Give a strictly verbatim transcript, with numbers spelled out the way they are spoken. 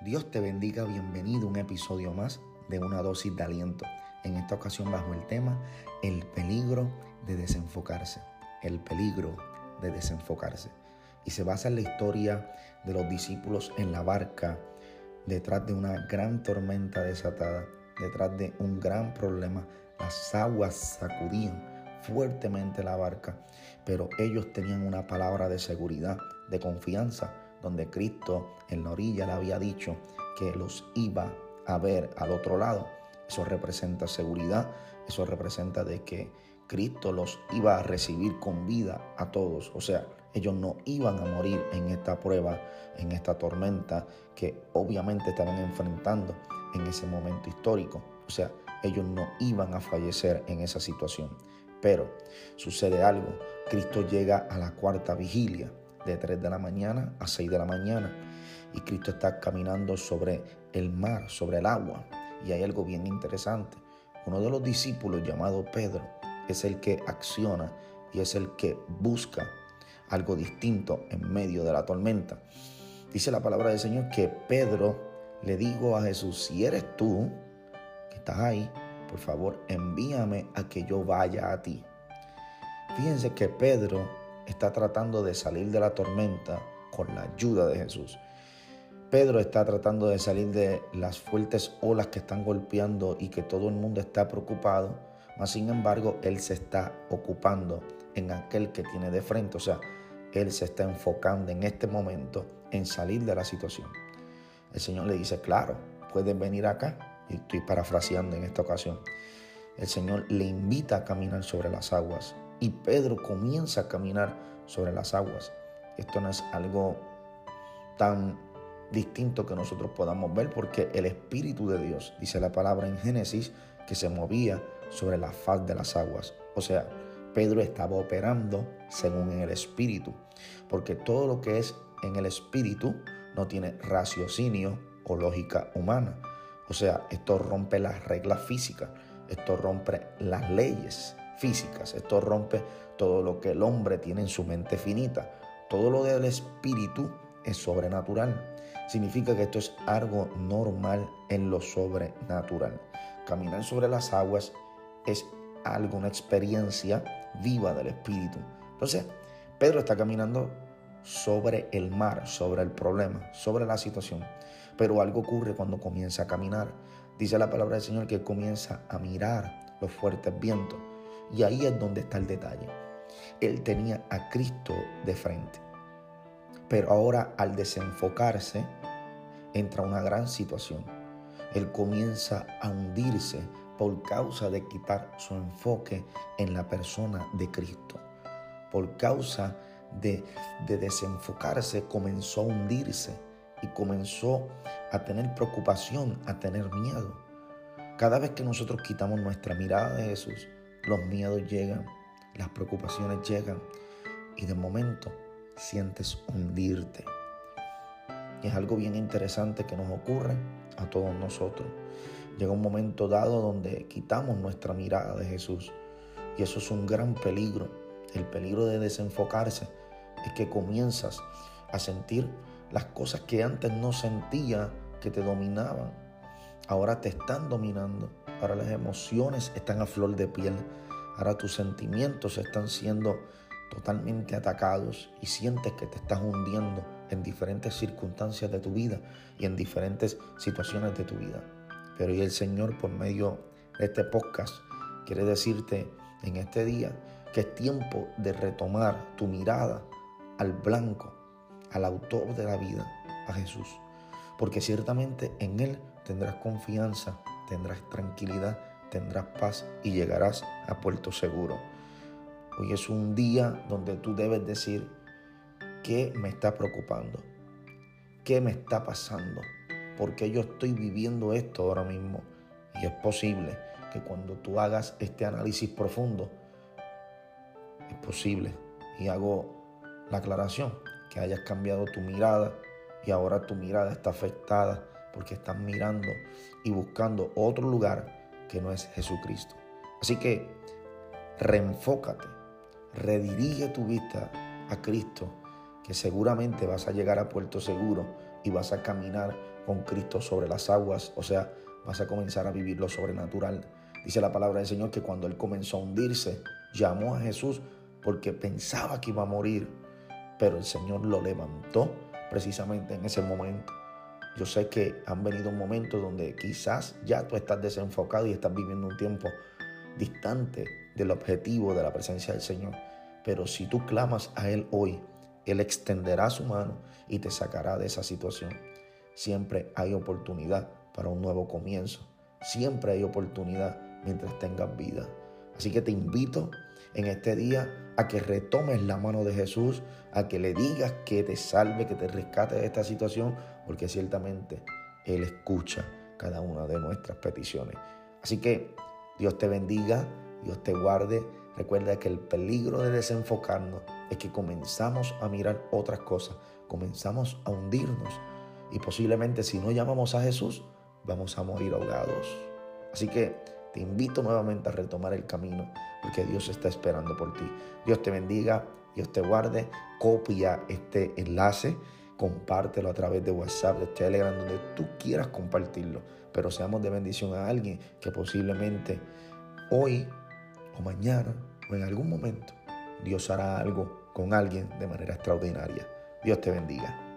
Dios te bendiga, bienvenido a un episodio más de Una Dosis de Aliento. En esta ocasión bajo el tema, el peligro de desenfocarse. El peligro de desenfocarse. Y se basa en la historia de los discípulos en la barca, detrás de una gran tormenta desatada, detrás de un gran problema. Las aguas sacudían fuertemente la barca, pero ellos tenían una palabra de seguridad, de confianza, donde Cristo en la orilla le había dicho que los iba a ver al otro lado. Eso representa seguridad, eso representa de que Cristo los iba a recibir con vida a todos. O sea, ellos no iban a morir en esta prueba, en esta tormenta que obviamente estaban enfrentando en ese momento histórico. O sea, ellos no iban a fallecer en esa situación. Pero sucede algo, Cristo llega a la cuarta vigilia, de tres de la mañana a seis de la mañana, y Cristo está caminando sobre el mar, sobre el agua. Y hay algo bien interesante. Uno de los discípulos llamado Pedro es el que acciona y es el que busca algo distinto en medio de la tormenta. Dice la palabra del Señor que Pedro le dijo a Jesús: si eres tú que estás ahí, por favor envíame a que yo vaya a ti. Fíjense que Pedro está tratando de salir de la tormenta con la ayuda de Jesús. Pedro está tratando de salir de las fuertes olas que están golpeando y que todo el mundo está preocupado, mas sin embargo él se está ocupando en aquel que tiene de frente. O sea, él se está enfocando en este momento en salir de la situación. El Señor le dice: claro, puedes venir acá. Y estoy parafraseando en esta ocasión. El Señor le invita a caminar sobre las aguas y Pedro comienza a caminar sobre las aguas. Esto no es algo tan distinto que nosotros podamos ver, porque el Espíritu de Dios, dice la palabra en Génesis, que se movía sobre la faz de las aguas. O sea, Pedro estaba operando según en el Espíritu, porque todo lo que es en el Espíritu no tiene raciocinio o lógica humana. O sea, esto rompe las reglas físicas, esto rompe las leyes físicas, esto rompe todo lo que el hombre tiene en su mente finita. Todo lo del Espíritu es sobrenatural. Significa que esto es algo normal en lo sobrenatural. Caminar sobre las aguas es algo, una experiencia viva del Espíritu. Entonces, Pedro está caminando sobre el mar, sobre el problema, sobre la situación. Pero algo ocurre cuando comienza a caminar. Dice la palabra del Señor que comienza a mirar los fuertes vientos. Y ahí es donde está el detalle. Él tenía a Cristo de frente. Pero ahora, al desenfocarse, entra una gran situación. Él comienza a hundirse por causa de quitar su enfoque en la persona de Cristo. Por causa de, de desenfocarse, comenzó a hundirse y comenzó a tener preocupación, a tener miedo. Cada vez que nosotros quitamos nuestra mirada de Jesús, los miedos llegan, las preocupaciones llegan y de momento sientes hundirte. Y es algo bien interesante que nos ocurre a todos nosotros. Llega un momento dado donde quitamos nuestra mirada de Jesús y eso es un gran peligro. El peligro de desenfocarse es que comienzas a sentir las cosas que antes no sentías que te dominaban. Ahora te están dominando. Ahora las emociones están a flor de piel. Ahora tus sentimientos están siendo totalmente atacados y sientes que te estás hundiendo en diferentes circunstancias de tu vida y en diferentes situaciones de tu vida. Pero hoy el Señor, por medio de este podcast, quiere decirte en este día que es tiempo de retomar tu mirada al blanco, al autor de la vida, a Jesús. Porque ciertamente en Él tendrás confianza, tendrás tranquilidad, tendrás paz y llegarás a puerto seguro. Hoy es un día donde tú debes decir: ¿qué me está preocupando? ¿Qué me está pasando? ¿Por qué yo estoy viviendo esto ahora mismo? Y es posible que cuando tú hagas este análisis profundo, es posible, y hago la aclaración, que hayas cambiado tu mirada y ahora tu mirada está afectada porque estás mirando y buscando otro lugar que no es Jesucristo. Así que reenfócate, redirige tu vista a Cristo, que seguramente vas a llegar a puerto seguro y vas a caminar con Cristo sobre las aguas, o sea, vas a comenzar a vivir lo sobrenatural. Dice la palabra del Señor que cuando él comenzó a hundirse, llamó a Jesús porque pensaba que iba a morir, pero el Señor lo levantó precisamente en ese momento. Yo sé que han venido momentos donde quizás ya tú estás desenfocado y estás viviendo un tiempo distante del objetivo de la presencia del Señor. Pero si tú clamas a Él hoy, Él extenderá su mano y te sacará de esa situación. Siempre hay oportunidad para un nuevo comienzo. Siempre hay oportunidad mientras tengas vida. Así que te invito en este día a que retomes la mano de Jesús, a que le digas que te salve, que te rescate de esta situación, porque ciertamente Él escucha cada una de nuestras peticiones. Así que Dios te bendiga, Dios te guarde. Recuerda que el peligro de desenfocarnos es que comenzamos a mirar otras cosas, comenzamos a hundirnos y posiblemente si no llamamos a Jesús, vamos a morir ahogados. Así que te invito nuevamente a retomar el camino porque Dios está esperando por ti. Dios te bendiga, Dios te guarde. Copia este enlace, compártelo a través de WhatsApp, de Telegram, donde tú quieras compartirlo. Pero seamos de bendición a alguien que posiblemente hoy o mañana o en algún momento Dios hará algo con alguien de manera extraordinaria. Dios te bendiga.